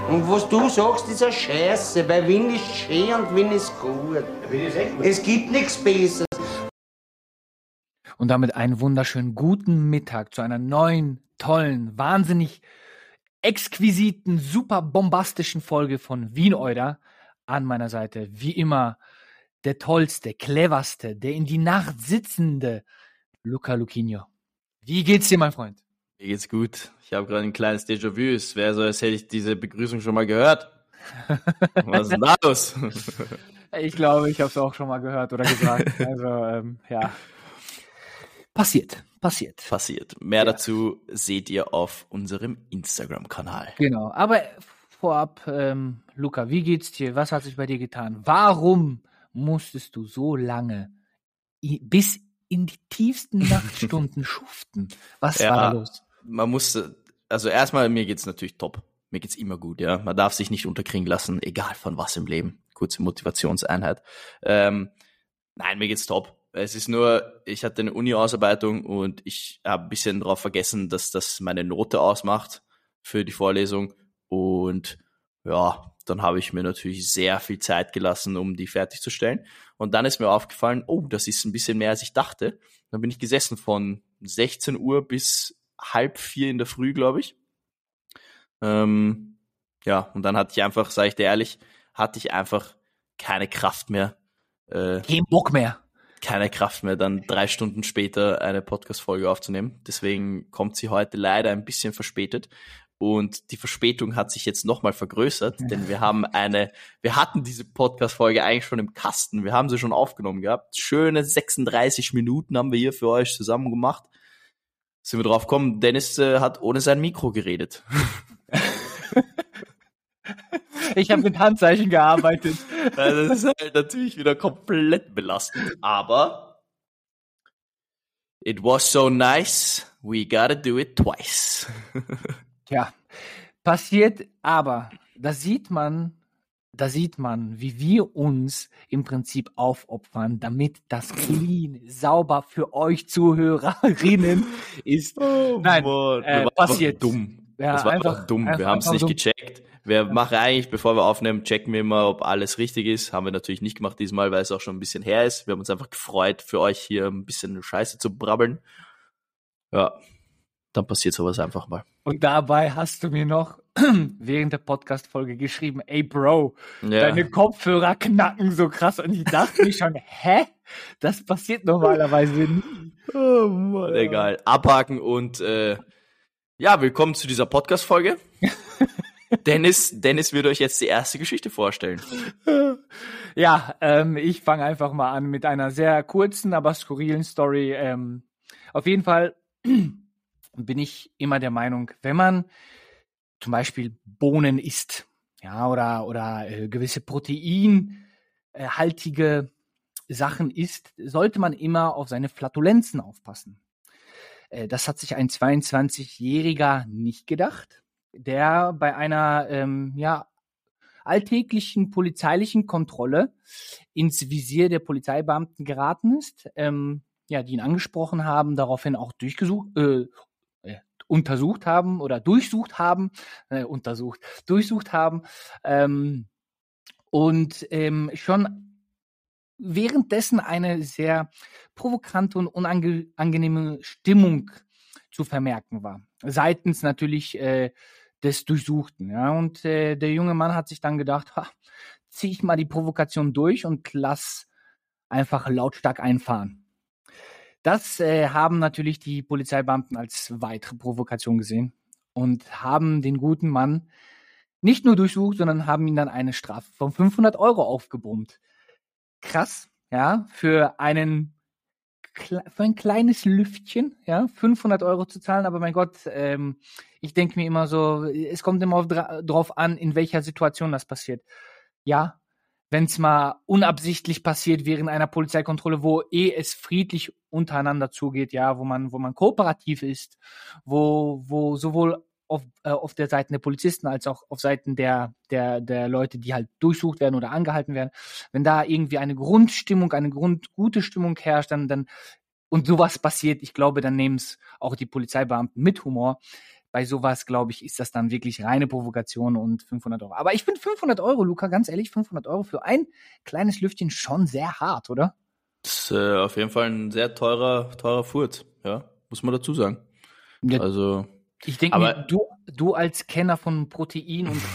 Und was du sagst, ist eine Scheiße, weil Wien ist schön und Wien ist gut. Es gibt nichts Besseres. Und damit einen wunderschönen guten Mittag zu einer neuen, tollen, wahnsinnig exquisiten, super bombastischen Folge von Wienäuder. An meiner Seite, wie immer, der tollste, cleverste, der in die Nacht sitzende Luca Luquinho. Wie geht's dir, mein Freund? Mir geht's gut. Ich habe gerade ein kleines Déjà-vu. Es wäre so, als hätte ich diese Begrüßung schon mal gehört. Was ist denn da los? Ich glaube, ich habe es auch schon mal gehört oder gesagt. Also, ja. Passiert. Mehr dazu seht ihr auf unserem Instagram-Kanal. Genau. Aber vorab, Luca, wie geht's dir? Was hat sich bei dir getan? Warum musstest du so lange bis in die tiefsten Nachtstunden schuften? Was war da los? Man musste, also erstmal, mir geht's natürlich top. Mir geht's immer gut, ja. Man darf sich nicht unterkriegen lassen, egal von was im Leben. Kurze Motivationseinheit. Nein, mir geht's top. Es ist nur, ich hatte eine Uni-Ausarbeitung und ich habe ein bisschen drauf vergessen, dass das meine Note ausmacht für die Vorlesung. Und ja, dann habe ich mir natürlich sehr viel Zeit gelassen, um die fertigzustellen. Und dann ist mir aufgefallen, oh, das ist ein bisschen mehr, als ich dachte. Dann bin ich gesessen von 16 Uhr bis 3:30 in der Früh, glaube ich. Ja, und dann hatte ich einfach, sage ich dir ehrlich, keine Kraft mehr. Kein Bock mehr. Keine Kraft mehr, dann 3 Stunden später eine Podcast-Folge aufzunehmen. Deswegen kommt sie heute leider ein bisschen verspätet. Und die Verspätung hat sich jetzt nochmal vergrößert, denn wir hatten diese Podcast-Folge eigentlich schon im Kasten. Wir haben sie schon aufgenommen gehabt. Schöne 36 Minuten haben wir hier für euch zusammen gemacht. Sind wir drauf gekommen, Dennis hat ohne sein Mikro geredet. Ich habe mit Handzeichen gearbeitet. Das ist halt natürlich wieder komplett belastend. Aber it was so nice, we gotta do it twice. Ja, passiert, aber da sieht man, wie wir uns im Prinzip aufopfern, damit das clean, sauber für euch Zuhörerinnen ist. Oh, nein, Mann. passiert. Dumm. Ja, das war einfach dumm. Wir haben es nicht gecheckt. Wir machen eigentlich, bevor wir aufnehmen, checken wir immer, ob alles richtig ist. Haben wir natürlich nicht gemacht diesmal, weil es auch schon ein bisschen her ist. Wir haben uns einfach gefreut, für euch hier ein bisschen Scheiße zu brabbeln. Ja, dann passiert sowas einfach mal. Und dabei hast du mir noch während der Podcast-Folge geschrieben, ey Bro, deine Kopfhörer knacken so krass. Und ich dachte mir schon, hä? Das passiert normalerweise nie. Oh Mann, egal. Abhaken und willkommen zu dieser Podcast-Folge. Dennis wird euch jetzt die erste Geschichte vorstellen. Ja, ich fange einfach mal an mit einer sehr kurzen, aber skurrilen Story. Auf jeden Fall bin ich immer der Meinung, wenn man zum Beispiel Bohnen isst, ja, oder gewisse proteinhaltige Sachen isst, sollte man immer auf seine Flatulenzen aufpassen. Das hat sich ein 22-Jähriger nicht gedacht, der bei einer alltäglichen polizeilichen Kontrolle ins Visier der Polizeibeamten geraten ist, die ihn angesprochen haben, daraufhin auch durchsucht haben und schon währenddessen eine sehr provokante und unangenehme Stimmung zu vermerken war. Seitens natürlich des Durchsuchten. Ja? Und der junge Mann hat sich dann gedacht, zieh ich mal die Provokation durch und lass einfach lautstark einfahren. Das haben natürlich die Polizeibeamten als weitere Provokation gesehen und haben den guten Mann nicht nur durchsucht, sondern haben ihm dann eine Strafe von 500 € aufgebrummt. Krass, ja, für ein kleines Lüftchen, ja, 500 € zu zahlen, aber mein Gott, ich denke mir immer so, es kommt immer drauf an, in welcher Situation das passiert. Ja, wenn es mal unabsichtlich passiert während einer Polizeikontrolle, wo es friedlich untereinander zugeht, ja, wo man kooperativ ist, wo sowohl auf der Seite der Polizisten als auch auf Seiten der Leute, die halt durchsucht werden oder angehalten werden, wenn da irgendwie eine Grundstimmung, gute Stimmung herrscht, dann und sowas passiert, ich glaube, dann nehmen es auch die Polizeibeamten mit Humor. bei sowas, glaube ich, ist das dann wirklich reine Provokation und 500 Euro. Aber ich finde 500 Euro, Luca, ganz ehrlich, 500 Euro für ein kleines Lüftchen schon sehr hart, oder? Das ist auf jeden Fall ein sehr teurer Furz, ja, muss man dazu sagen. Ja, Also, ich denke aber mir, du als Kenner von Protein und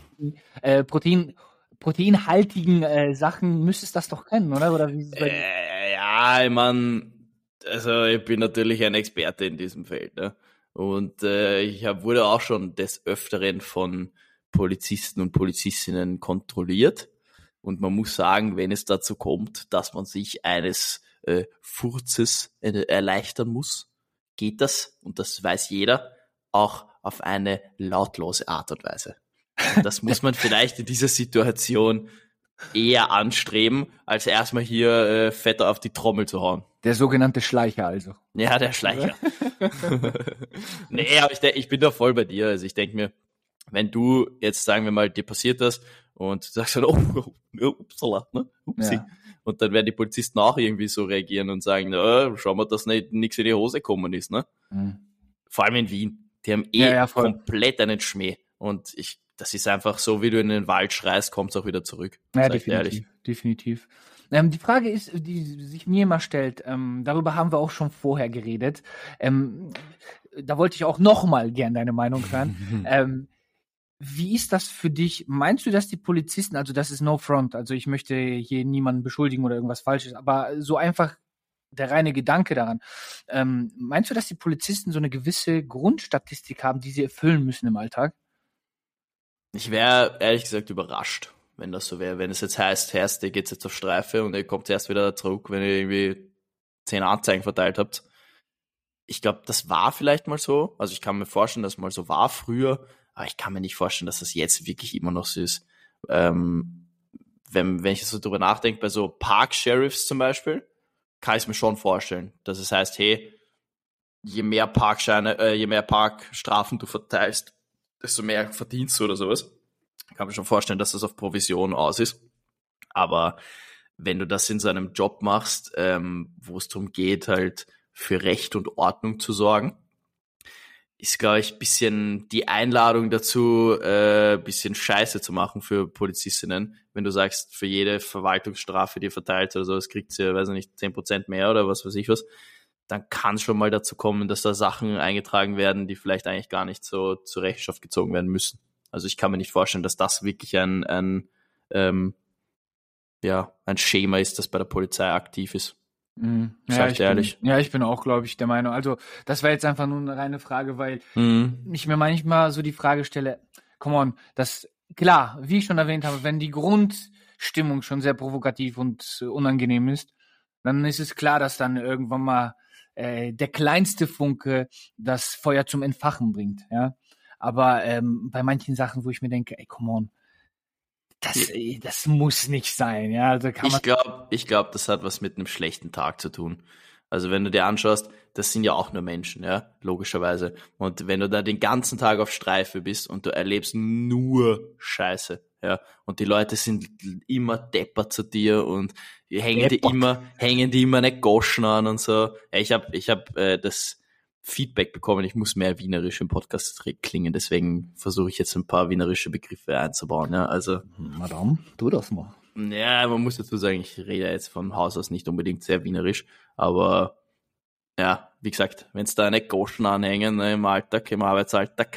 proteinhaltigen Sachen müsstest das doch kennen, oder? Oder wie ist es bei dir? ja, ich meine, also ich bin natürlich ein Experte in diesem Feld, ne? Und wurde auch schon des Öfteren von Polizisten und Polizistinnen kontrolliert. Und man muss sagen, wenn es dazu kommt, dass man sich eines Furzes erleichtern muss, geht das, und das weiß jeder, auch auf eine lautlose Art und Weise. Und das muss man vielleicht in dieser Situation eher anstreben, als erstmal hier fetter auf die Trommel zu hauen. Der sogenannte Schleicher also. Ja, der Schleicher. Nee, aber ich bin da voll bei dir. Also ich denke mir, wenn du jetzt, sagen wir mal, dir passiert das und du sagst dann, upsala, ne? Upsi. Ja. Und dann werden die Polizisten auch irgendwie so reagieren und sagen, schauen wir, dass nichts in die Hose gekommen ist, ne? Mhm. Vor allem in Wien. Die haben voll. komplett einen Schmäh. Und das ist einfach so, wie du in den Wald schreist, kommt's auch wieder zurück. Ja, Sag ich dir ehrlich. definitiv. Die Frage ist, die sich mir immer stellt, darüber haben wir auch schon vorher geredet. Da wollte ich auch noch mal gern deine Meinung hören. Wie ist das für dich? Meinst du, dass die Polizisten, also das ist no front, also ich möchte hier niemanden beschuldigen oder irgendwas Falsches, aber so einfach der reine Gedanke daran. Meinst du, dass die Polizisten so eine gewisse Grundstatistik haben, die sie erfüllen müssen im Alltag? Ich wäre ehrlich gesagt überrascht, wenn das so wäre. Wenn es jetzt heißt, ihr geht's jetzt auf Streife und ihr kommt erst wieder zurück, wenn ihr irgendwie 10 Anzeigen verteilt habt. Ich glaube, das war vielleicht mal so. Also ich kann mir vorstellen, dass es mal so war früher, aber ich kann mir nicht vorstellen, dass das jetzt wirklich immer noch so ist. Wenn ich so drüber nachdenke, bei so Park-Sheriffs zum Beispiel, kann ich es mir schon vorstellen, dass es heißt, hey, je mehr Parkstrafen du verteilst, desto mehr verdienst du oder sowas. Kann mir schon vorstellen, dass das auf Provision aus ist. Aber wenn du das in so einem Job machst, wo es darum geht, halt für Recht und Ordnung zu sorgen, ist, glaube ich, bisschen die Einladung dazu, bisschen Scheiße zu machen für Polizistinnen. Wenn du sagst, für jede Verwaltungsstrafe, die ihr verteilt oder sowas, kriegt ihr, weiß ich nicht, 10% mehr oder was weiß ich was, dann kann es schon mal dazu kommen, dass da Sachen eingetragen werden, die vielleicht eigentlich gar nicht so zur Rechenschaft gezogen werden müssen. Also ich kann mir nicht vorstellen, dass das wirklich ein Schema ist, das bei der Polizei aktiv ist. Ja, ich bin auch, glaube ich, der Meinung. Also das war jetzt einfach nur eine reine Frage, weil ich mir manchmal so die Frage stelle, come on, klar, wie ich schon erwähnt habe, wenn die Grundstimmung schon sehr provokativ und unangenehm ist, dann ist es klar, dass dann irgendwann mal der kleinste Funke das Feuer zum Entfachen bringt, ja. Aber bei manchen Sachen, wo ich mir denke, ey, come on, das muss nicht sein, ja. Also ich glaube, das hat was mit einem schlechten Tag zu tun. Also wenn du dir anschaust, das sind ja auch nur Menschen, ja, logischerweise. Und wenn du da den ganzen Tag auf Streife bist und du erlebst nur Scheiße, ja, und die Leute sind immer deppert zu dir und hängen die immer eine Goschen an und so. Ja, ich hab das Feedback bekommen, ich muss mehr wienerisch im Podcast klingen, deswegen versuche ich jetzt ein paar wienerische Begriffe einzubauen, ja, also. Madame, tu das mal. Ja, man muss dazu sagen, ich rede jetzt von Haus aus nicht unbedingt sehr wienerisch, aber ja, wie gesagt, wenn es da eine Goschen anhängen, ne, im Arbeitsalltag,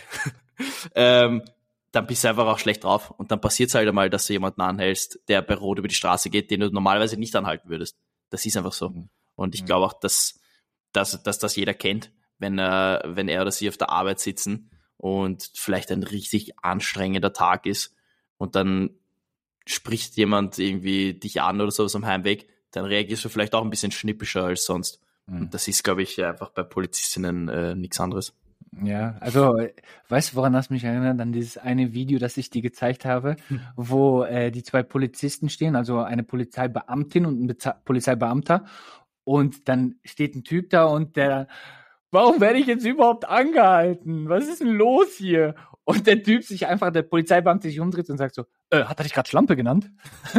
dann bist du einfach auch schlecht drauf und dann passiert es halt einmal, dass du jemanden anhältst, der bei Rot über die Straße geht, den du normalerweise nicht anhalten würdest. Das ist einfach so. Und ich glaube auch, dass das jeder kennt, wenn er oder sie auf der Arbeit sitzen und vielleicht ein richtig anstrengender Tag ist und dann spricht jemand irgendwie dich an oder sowas am Heimweg, dann reagierst du vielleicht auch ein bisschen schnippischer als sonst. Und das ist, glaube ich, einfach bei Polizistinnen nichts anderes. Ja, also weißt du, woran das mich erinnert? An dieses eine Video, das ich dir gezeigt habe, wo die 2 Polizisten stehen, also eine Polizeibeamtin und ein Polizeibeamter, und dann steht ein Typ da und warum werde ich jetzt überhaupt angehalten? Was ist denn los hier? Und der Polizeibeamte sich umdreht und sagt so, hat er dich gerade Schlampe genannt?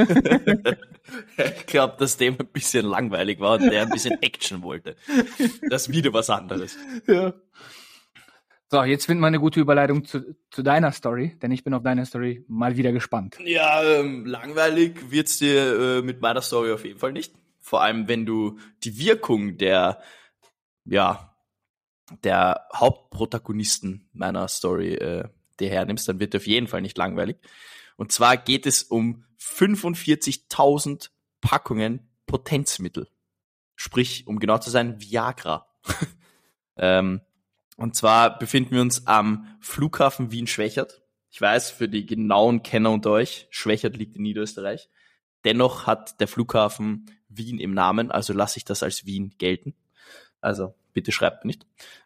Ich glaube, dass dem ein bisschen langweilig war und der ein bisschen Action wollte. Das ist wieder was anderes. Ja. So, jetzt finden wir eine gute Überleitung zu deiner Story, denn ich bin auf deine Story mal wieder gespannt. Ja, langweilig wird's dir mit meiner Story auf jeden Fall nicht. Vor allem, wenn du die Wirkung der Hauptprotagonisten meiner Story dir hernimmst, dann wird dir auf jeden Fall nicht langweilig. Und zwar geht es um 45.000 Packungen Potenzmittel. Sprich, um genau zu sein, Viagra. Und zwar befinden wir uns am Flughafen Wien-Schwächert. Ich weiß, für die genauen Kenner unter euch, Schwächert liegt in Niederösterreich. Dennoch hat der Flughafen Wien im Namen, also lasse ich das als Wien gelten. Also bitte schreibt nicht.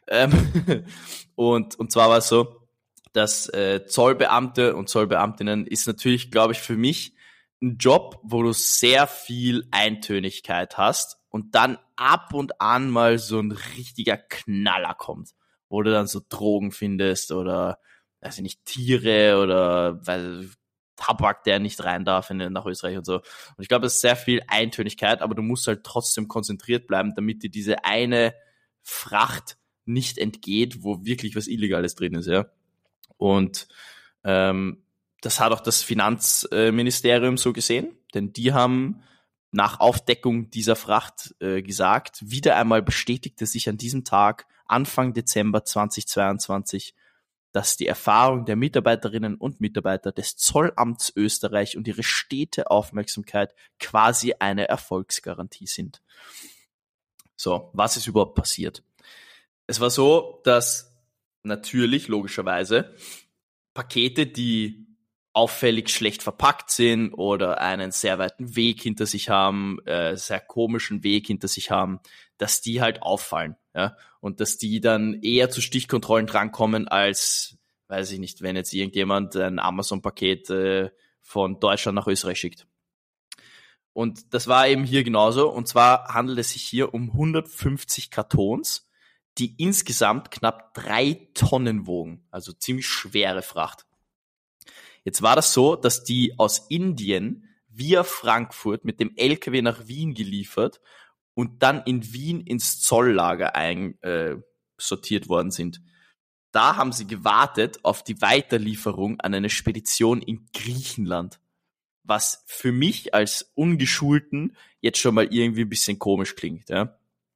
Und zwar war es so, dass Zollbeamte und Zollbeamtinnen ist natürlich, glaube ich, für mich ein Job, wo du sehr viel Eintönigkeit hast und dann ab und an mal so ein richtiger Knaller kommt, wo du dann so Drogen findest oder, weiß ich nicht, Tiere oder weil Tabak, der nicht rein darf nach Österreich und so. Und ich glaube, es ist sehr viel Eintönigkeit, aber du musst halt trotzdem konzentriert bleiben, damit dir diese eine Fracht nicht entgeht, wo wirklich was Illegales drin ist, ja. Und das hat auch das Finanzministerium so gesehen, denn die haben nach Aufdeckung dieser Fracht gesagt, wieder einmal bestätigte sich an diesem Tag, Anfang Dezember 2022, dass die Erfahrung der Mitarbeiterinnen und Mitarbeiter des Zollamts Österreich und ihre stete Aufmerksamkeit quasi eine Erfolgsgarantie sind. So, was ist überhaupt passiert? Es war so, dass natürlich, logischerweise, Pakete, die auffällig schlecht verpackt sind oder einen sehr weiten Weg hinter sich haben, sehr komischen Weg hinter sich haben, dass die halt auffallen, ja, und dass die dann eher zu Stichkontrollen drankommen als, weiß ich nicht, wenn jetzt irgendjemand ein Amazon-Paket von Deutschland nach Österreich schickt. Und das war eben hier genauso, und zwar handelt es sich hier um 150 Kartons, die insgesamt knapp 3 Tonnen wogen, also ziemlich schwere Fracht. Jetzt war das so, dass die aus Indien via Frankfurt mit dem LKW nach Wien geliefert und dann in Wien ins Zolllager sortiert worden sind. Da haben sie gewartet auf die Weiterlieferung an eine Spedition in Griechenland, was für mich als Ungeschulten jetzt schon mal irgendwie ein bisschen komisch klingt, ja.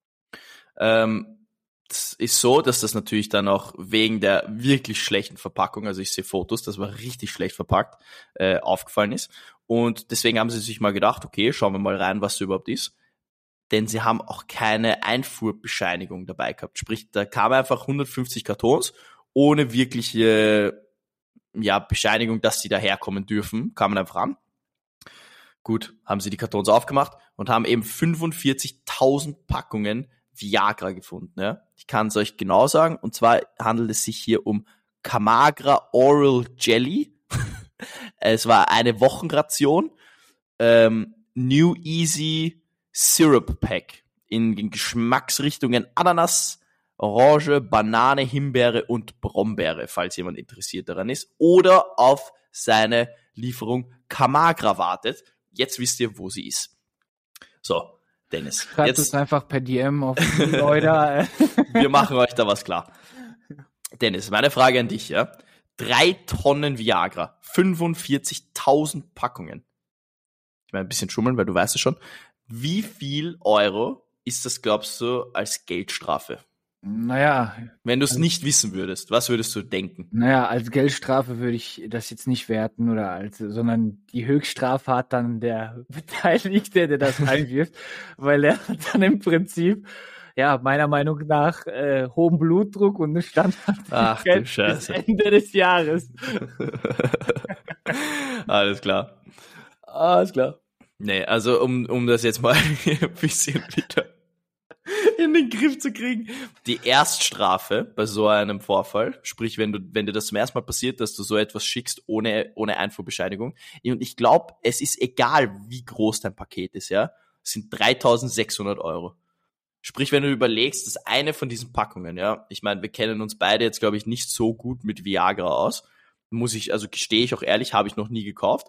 Es ist so, dass das natürlich dann auch wegen der wirklich schlechten Verpackung, also ich sehe Fotos, das war richtig schlecht verpackt, aufgefallen ist. Und deswegen haben sie sich mal gedacht, okay, schauen wir mal rein, was da überhaupt ist. Denn sie haben auch keine Einfuhrbescheinigung dabei gehabt. Sprich, da kamen einfach 150 Kartons ohne wirkliche Bescheinigung, dass sie daherkommen dürfen, kamen einfach an. Gut, haben sie die Kartons aufgemacht und haben eben 45.000 Packungen Viagra gefunden. Ja? Ich kann es euch genau sagen. Und zwar handelt es sich hier um Camagra Oral Jelly. Es war eine Wochenration. New Easy Syrup Pack in den Geschmacksrichtungen Ananas, Orange, Banane, Himbeere und Brombeere, falls jemand interessiert daran ist. Oder auf seine Lieferung Camagra wartet. Jetzt wisst ihr, wo sie ist. So. Dennis. Schreibt es einfach per DM auf Leute. Wir machen euch da was klar. Dennis, meine Frage an dich, ja. 3 Tonnen Viagra, 45.000 Packungen. Ich meine, ein bisschen schummeln, weil du weißt es schon. Wie viel Euro ist das, glaubst du, als Geldstrafe? Naja. Wenn du es nicht wissen würdest, was würdest du denken? Naja, als Geldstrafe würde ich das jetzt nicht werten sondern die Höchststrafe hat dann der Beteiligte, der das einwirft, weil er hat dann im Prinzip, meiner Meinung nach, hohen Blutdruck und eine Standardfähigkeit bis Ende des Jahres. Alles klar. Nee, also um das jetzt mal ein bisschen wieder in den Griff zu kriegen. Die Erststrafe bei so einem Vorfall, sprich, wenn dir das zum ersten Mal passiert, dass du so etwas schickst ohne Einfuhrbescheinigung. Und ich glaube, es ist egal, wie groß dein Paket ist, ja. Es sind 3.600 Euro. Sprich, wenn du überlegst, dass eine von diesen Packungen, ja, ich meine, wir kennen uns beide jetzt, glaube ich, nicht so gut mit Viagra aus. Gestehe ich auch ehrlich, habe ich noch nie gekauft.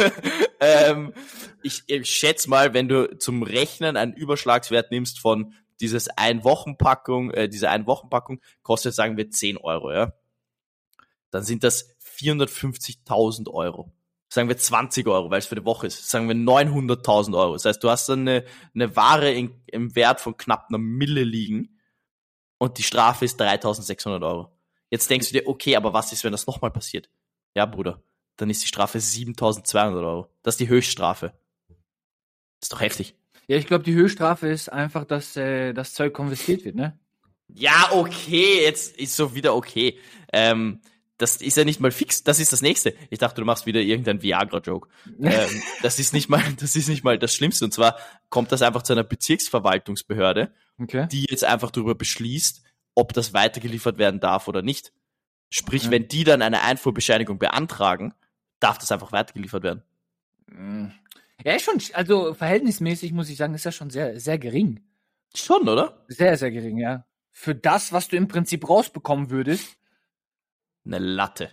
Ich schätze mal, wenn du zum Rechnen einen Überschlagswert nimmst von diese Ein-Wochen-Packung kostet, sagen wir, 10 Euro, ja. Dann sind das 450.000 Euro. Sagen wir 20 Euro, weil es für die Woche ist. Sagen wir 900.000 Euro. Das heißt, du hast dann eine Ware im Wert von knapp einer Mille liegen und die Strafe ist 3.600 Euro. Jetzt denkst du dir, okay, aber was ist, wenn das nochmal passiert? Ja, Bruder, dann ist die Strafe 7.200 Euro. Das ist die Höchststrafe. Das ist doch heftig. Ja, ich glaube, die Höchststrafe ist einfach, dass das Zeug konfisziert wird, ne? Ja, okay, jetzt ist so wieder okay. Das ist ja nicht mal fix, das ist das Nächste. Ich dachte, du machst wieder irgendeinen Viagra-Joke. Das ist nicht mal das Schlimmste. Und zwar kommt das einfach zu einer Bezirksverwaltungsbehörde, Okay. die jetzt einfach darüber beschließt, ob das weitergeliefert werden darf oder nicht. Sprich, wenn die dann eine Einfuhrbescheinigung beantragen, darf das einfach weitergeliefert werden. Ja, ist schon, also verhältnismäßig muss ich sagen, ist das schon sehr, sehr gering. Schon, oder? Sehr, sehr gering, ja. Für das, was du im Prinzip rausbekommen würdest. Eine Latte.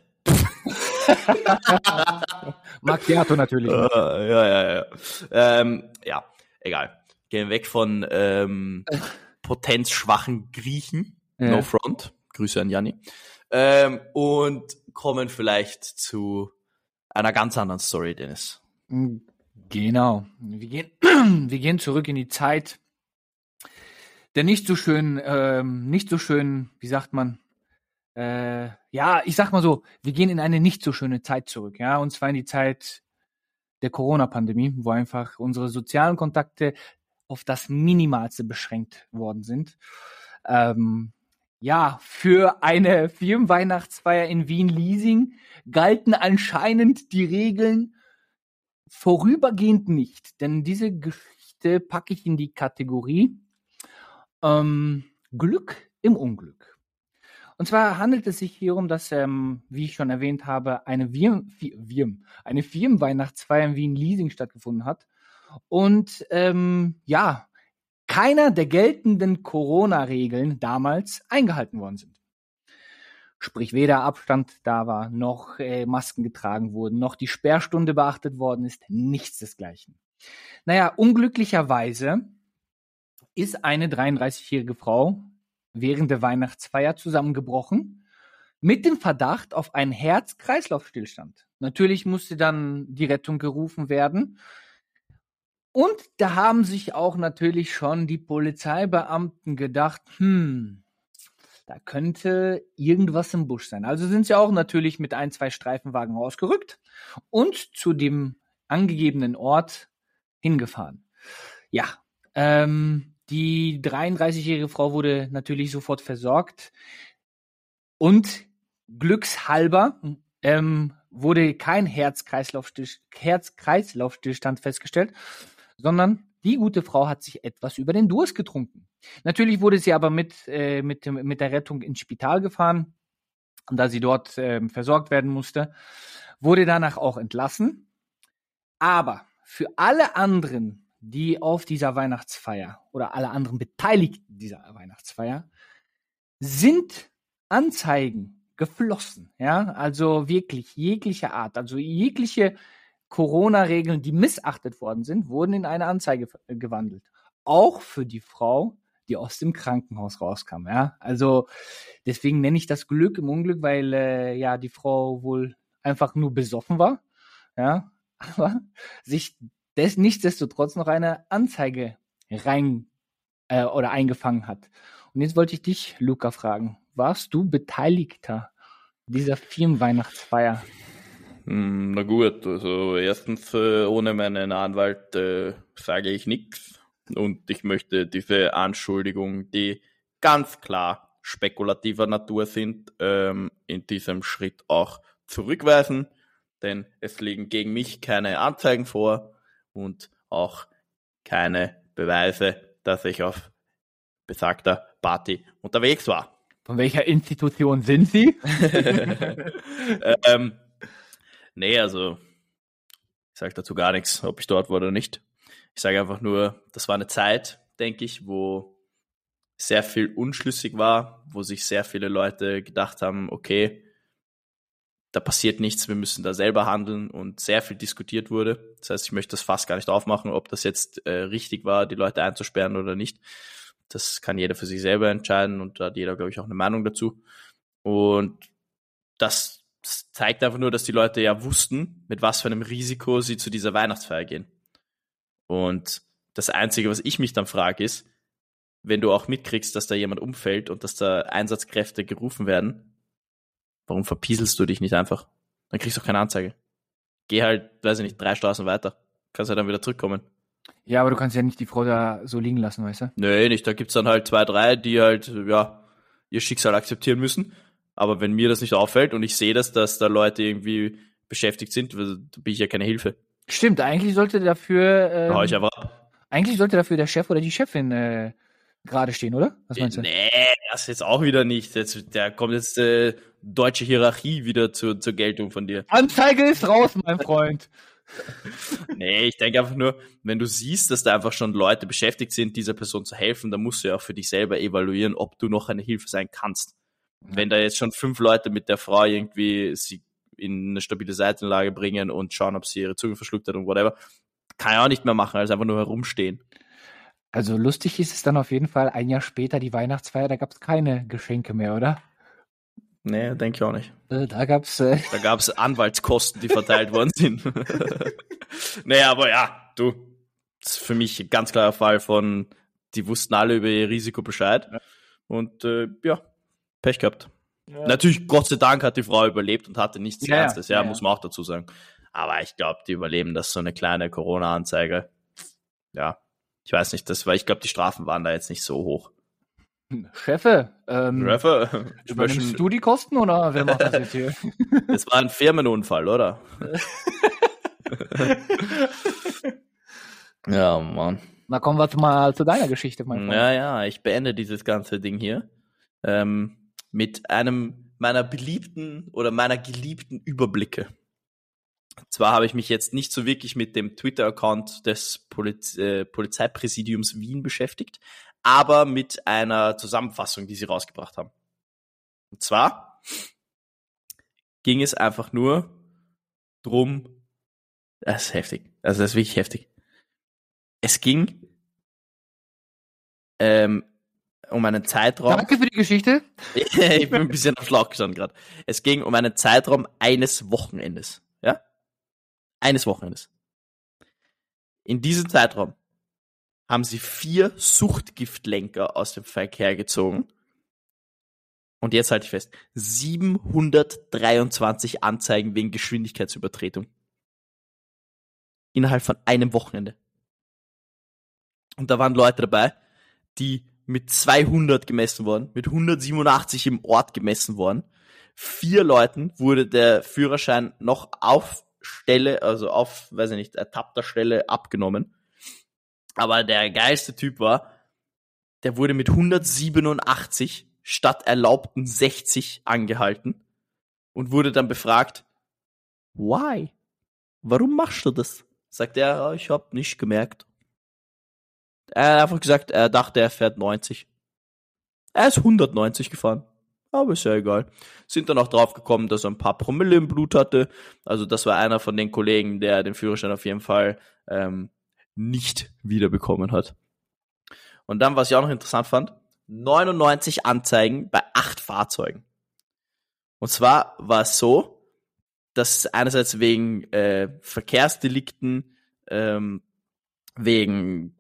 Macchiato natürlich. Ja. Ja, egal. Gehen weg von potenzschwachen Griechen. Ja. No front. Grüße an Janni. Und kommen vielleicht zu einer ganz anderen Story, Dennis. Genau. Wir gehen zurück in die Zeit der nicht so schön, wie sagt man, ja, ich sag mal so, wir gehen in eine nicht so schöne Zeit zurück, ja, und zwar in die Zeit der Corona-Pandemie, wo einfach unsere sozialen Kontakte auf das Minimalste beschränkt worden sind. Ja, für eine Firmenweihnachtsfeier in Wien-Liesing galten anscheinend die Regeln vorübergehend nicht, denn diese Geschichte packe ich in die Kategorie Glück im Unglück. Und zwar handelt es sich hier um, dass, wie ich schon erwähnt habe, eine Firmenweihnachtsfeier in Wien-Liesing stattgefunden hat. Und ja, keiner der geltenden Corona-Regeln damals eingehalten worden sind. Sprich, weder Abstand da war, noch Masken getragen wurden, noch die Sperrstunde beachtet worden ist, nichts desgleichen. Naja, unglücklicherweise ist eine 33-jährige Frau während der Weihnachtsfeier zusammengebrochen mit dem Verdacht auf einen Herz-Kreislauf-Stillstand. Natürlich musste dann die Rettung gerufen werden. Und da haben sich auch natürlich schon die Polizeibeamten gedacht, da könnte irgendwas im Busch sein. Also sind sie auch natürlich mit 1, 2 Streifenwagen rausgerückt und zu dem angegebenen Ort hingefahren. Ja, die 33-jährige Frau wurde natürlich sofort versorgt und glückshalber wurde kein Herz-Kreislauf-Stillstand festgestellt, sondern die gute Frau hat sich etwas über den Durst getrunken. Natürlich wurde sie aber mit der Rettung ins Spital gefahren, und da sie dort versorgt werden musste, wurde danach auch entlassen. Aber für alle anderen, die auf dieser Weihnachtsfeier oder alle anderen Beteiligten dieser Weihnachtsfeier, sind Anzeigen geflossen. Ja, also wirklich jegliche Art, also jegliche Corona-Regeln, die missachtet worden sind, wurden in eine Anzeige gewandelt. Auch für die Frau, die aus dem Krankenhaus rauskam. Ja, also deswegen nenne ich das Glück im Unglück, weil ja die Frau wohl einfach nur besoffen war. Ja, aber sich nichtsdestotrotz noch eine Anzeige eingefangen hat. Und jetzt wollte ich dich, Luca, fragen, warst du Beteiligter dieser Firmenweihnachtsfeier? Na gut, also erstens, ohne meinen Anwalt sage ich nichts. Und ich möchte diese Anschuldigungen, die ganz klar spekulativer Natur sind, in diesem Schritt auch zurückweisen. Denn es liegen gegen mich keine Anzeigen vor und auch keine Beweise, dass ich auf besagter Party unterwegs war. Von welcher Institution sind Sie? Nee, also ich sage dazu gar nichts, ob ich dort war oder nicht. Ich sage einfach nur, das war eine Zeit, denke ich, wo sehr viel unschlüssig war, wo sich sehr viele Leute gedacht haben, okay, da passiert nichts, wir müssen da selber handeln und sehr viel diskutiert wurde. Das heißt, ich möchte das fast gar nicht aufmachen, ob das jetzt richtig war, die Leute einzusperren oder nicht. Das kann jeder für sich selber entscheiden und da hat jeder, glaube ich, auch eine Meinung dazu. Und das zeigt einfach nur, dass die Leute ja wussten, mit was für einem Risiko sie zu dieser Weihnachtsfeier gehen. Und das Einzige, was ich mich dann frage, ist, wenn du auch mitkriegst, dass da jemand umfällt und dass da Einsatzkräfte gerufen werden, warum verpieselst du dich nicht einfach? Dann kriegst du auch keine Anzeige. Geh halt, weiß ich nicht, 3 Straßen weiter. Kannst ja dann wieder zurückkommen. Ja, aber du kannst ja nicht die Frau da so liegen lassen, weißt du? Nee, nicht. Da gibt's dann halt 2, 3, die halt, ja, ihr Schicksal akzeptieren müssen. Aber wenn mir das nicht auffällt und ich sehe dass da Leute irgendwie beschäftigt sind, bin ich ja keine Hilfe. Stimmt, eigentlich sollte dafür Da hau ich einfach ab. eigentlich sollte dafür der Chef oder die Chefin gerade stehen, oder? Was meinst du? Nee, das jetzt auch wieder nicht. Da kommt jetzt deutsche Hierarchie wieder zur Geltung von dir. Anzeige ist raus, mein Freund. Nee, ich denke einfach nur, wenn du siehst, dass da einfach schon Leute beschäftigt sind, dieser Person zu helfen, dann musst du ja auch für dich selber evaluieren, ob du noch eine Hilfe sein kannst. Ja. Wenn da jetzt schon 5 Leute mit der Frau irgendwie sie in eine stabile Seitenlage bringen und schauen, ob sie ihre Zunge verschluckt hat und whatever, kann ja auch nicht mehr machen, als einfach nur herumstehen. Also lustig ist es dann auf jeden Fall, ein Jahr später die Weihnachtsfeier, da gab es keine Geschenke mehr, oder? Nee, denke ich auch nicht. Da gab's Da gab's Anwaltskosten, die verteilt worden sind. Naja, aber ja, das ist für mich ein ganz klarer Fall von, die wussten alle über ihr Risiko Bescheid. Ja. Und ja, Pech gehabt. Ja. Natürlich, Gott sei Dank hat die Frau überlebt und hatte nichts Ernstes, ja, muss man auch dazu sagen. Aber ich glaube, die überleben das so eine kleine Corona-Anzeige. Ja, ich weiß nicht, ich glaube, die Strafen waren da jetzt nicht so hoch. Chefe, übernimmst du die Kosten oder wer macht das jetzt hier? Das war ein Firmenunfall, oder? Ja, Mann. Na, kommen wir mal zu deiner Geschichte, mein Freund. Ja, ich beende dieses ganze Ding hier mit einem meiner geliebten Überblicke. Zwar habe ich mich jetzt nicht so wirklich mit dem Twitter-Account des Polizeipräsidiums Wien beschäftigt, aber mit einer Zusammenfassung, die sie rausgebracht haben. Und zwar ging es einfach nur drum, das ist heftig, also das ist wirklich heftig. Es ging um einen Zeitraum. Danke für die Geschichte. Ich bin ein bisschen am Schlauch gestanden gerade. Es ging um einen Zeitraum eines Wochenendes. Ja? Eines Wochenendes. In diesem Zeitraum haben sie 4 Suchtgiftlenker aus dem Verkehr gezogen. Und jetzt halte ich fest, 723 Anzeigen wegen Geschwindigkeitsübertretung. Innerhalb von einem Wochenende. Und da waren Leute dabei, die mit 200 gemessen wurden, mit 187 im Ort gemessen worden. 4 Leuten wurde der Führerschein noch auf Stelle, also auf, weiß ich nicht, ertappter Stelle abgenommen. Aber der geilste Typ war, der wurde mit 187 statt erlaubten 60 angehalten und wurde dann befragt, why? Warum machst du das? Sagt er, ich hab nicht gemerkt. Er hat einfach gesagt, er dachte, er fährt 90. Er ist 190 gefahren. Aber ist ja egal. Sind dann auch drauf gekommen, dass er ein paar Promille im Blut hatte. Also das war einer von den Kollegen, der den Führerschein auf jeden Fall nicht wiederbekommen hat. Und dann, was ich auch noch interessant fand, 99 Anzeigen bei 8 Fahrzeugen. Und zwar war es so, dass einerseits wegen Verkehrsdelikten, wegen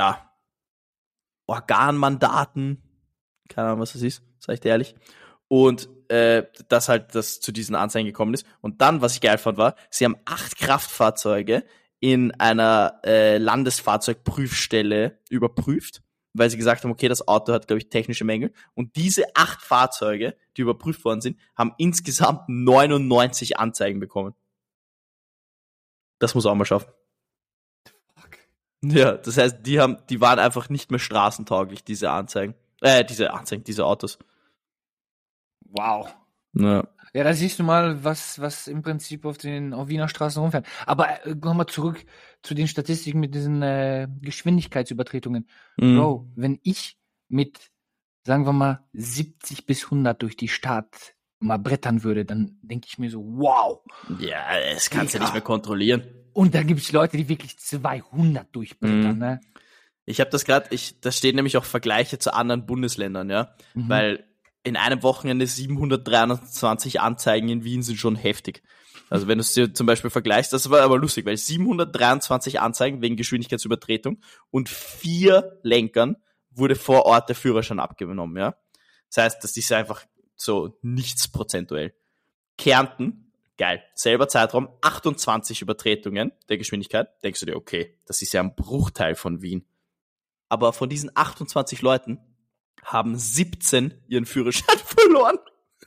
Organmandaten, keine Ahnung, was das ist, sag ich dir ehrlich, und dass halt das zu diesen Anzeigen gekommen ist. Und dann, was ich geil fand, war, sie haben 8 Kraftfahrzeuge in einer Landesfahrzeugprüfstelle überprüft, weil sie gesagt haben, okay, das Auto hat, glaube ich, technische Mängel. Und diese 8 Fahrzeuge, die überprüft worden sind, haben insgesamt 99 Anzeigen bekommen. Das muss auch mal schaffen. Fuck. Ja, das heißt, die waren einfach nicht mehr straßentauglich, diese Autos. Wow. Ja. Ja, da siehst du mal, was im Prinzip auf Wiener Straßen rumfährt. Aber nochmal zurück zu den Statistiken mit diesen Geschwindigkeitsübertretungen. Bro, wenn ich mit, sagen wir mal, 70 bis 100 durch die Stadt mal brettern würde, dann denke ich mir so, wow. Ja, das kannst du ja nicht mehr kontrollieren. Und da gibt es Leute, die wirklich 200 durchbrettern, ne? Ich habe das gerade, da steht nämlich auch Vergleiche zu anderen Bundesländern, ja, weil in einem Wochenende 723 Anzeigen in Wien sind schon heftig. Also wenn du es dir zum Beispiel vergleichst, das war aber lustig, weil 723 Anzeigen wegen Geschwindigkeitsübertretung und 4 Lenkern wurde vor Ort der Führerschein abgenommen, ja. Das heißt, das ist einfach so nichts prozentuell. Kärnten, geil, selber Zeitraum, 28 Übertretungen der Geschwindigkeit. Denkst du dir, okay, das ist ja ein Bruchteil von Wien. Aber von diesen 28 Leuten haben 17 ihren Führerschein verloren.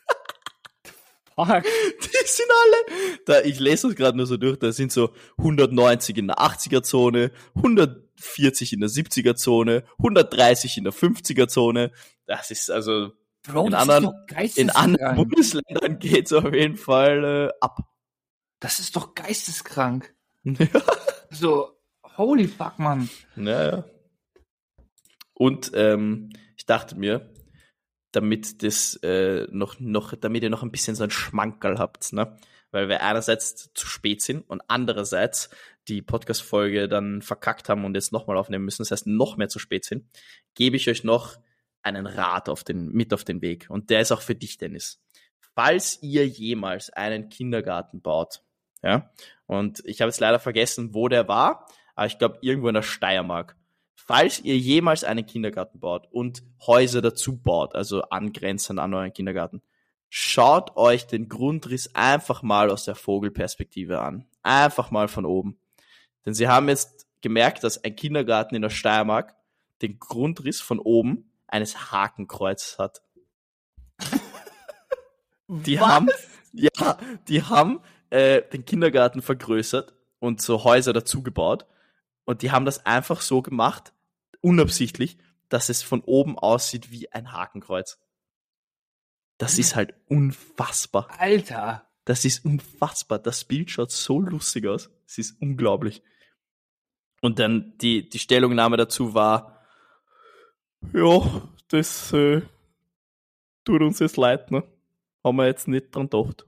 Fuck. Die sind alle, ich lese das gerade nur so durch, da sind so 190 in der 80er-Zone, 140 in der 70er-Zone, 130 in der 50er-Zone. Das ist also, Bro, in das anderen, ist doch in anderen geisteskrank. Bundesländern geht's auf jeden Fall ab. Das ist doch geisteskrank. Ja. So, holy fuck, Mann. Ja. Und ich dachte mir, damit das damit ihr noch ein bisschen so ein Schmankerl habt, ne? Weil wir einerseits zu spät sind und andererseits die Podcast-Folge dann verkackt haben und jetzt nochmal aufnehmen müssen, das heißt noch mehr zu spät sind, gebe ich euch noch einen Rat mit auf den Weg. Und der ist auch für dich, Dennis. Falls ihr jemals einen Kindergarten baut, ja, und ich habe jetzt leider vergessen, wo der war, aber ich glaube irgendwo in der Steiermark. Falls ihr jemals einen Kindergarten baut und Häuser dazu baut, also angrenzend an euren Kindergarten, schaut euch den Grundriss einfach mal aus der Vogelperspektive an. Einfach mal von oben. Denn sie haben jetzt gemerkt, dass ein Kindergarten in der Steiermark den Grundriss von oben eines Hakenkreuzes hat. Die haben den Kindergarten vergrößert und so Häuser dazu gebaut. Und die haben das einfach so gemacht, unabsichtlich, dass es von oben aussieht wie ein Hakenkreuz. Das ist halt unfassbar. Alter. Das ist unfassbar. Das Bild schaut so lustig aus. Es ist unglaublich. Und dann die Stellungnahme dazu war, ja, das tut uns jetzt leid, ne? Haben wir jetzt nicht dran gedacht.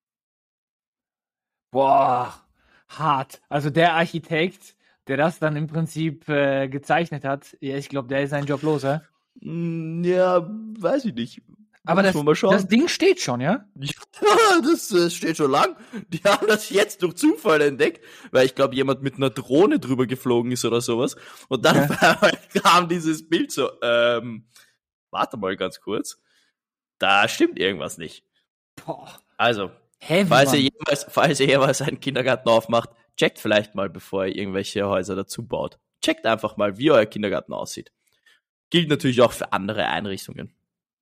Boah, hart. Also der Architekt, der das dann im Prinzip gezeichnet hat, ja, ich glaube, der ist seinen Job los, ja? Ja, weiß ich nicht. Aber das Ding steht schon, ja? Ja, das steht schon lang. Die haben das jetzt durch Zufall entdeckt, weil ich glaube, jemand mit einer Drohne drüber geflogen ist oder sowas. Und dann kam dieses Bild so, warte mal ganz kurz. Da stimmt irgendwas nicht. Boah. Also, Heavy, falls ihr jemals einen Kindergarten aufmacht, checkt vielleicht mal, bevor ihr irgendwelche Häuser dazu baut. Checkt einfach mal, wie euer Kindergarten aussieht. Gilt natürlich auch für andere Einrichtungen.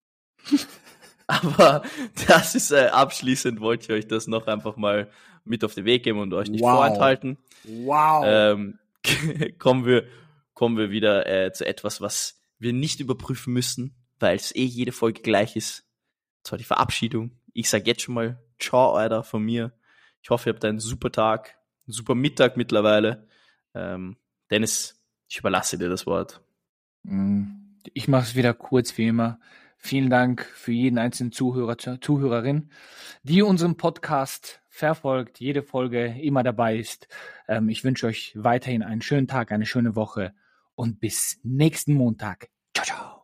Aber das ist abschließend, wollte ich euch das noch einfach mal mit auf den Weg geben und euch nicht vorenthalten. Wow. Kommen wir wieder zu etwas, was wir nicht überprüfen müssen, weil es jede Folge gleich ist. Zwar die Verabschiedung. Ich sage jetzt schon mal ciao, Alter, von mir. Ich hoffe, ihr habt einen super Tag, einen super Mittag mittlerweile. Dennis, ich überlasse dir das Wort. Ich mache es wieder kurz wie immer. Vielen Dank für jeden einzelnen Zuhörer, Zuhörerin, die unseren Podcast verfolgt, jede Folge immer dabei ist. Ich wünsche euch weiterhin einen schönen Tag, eine schöne Woche und bis nächsten Montag. Ciao, ciao.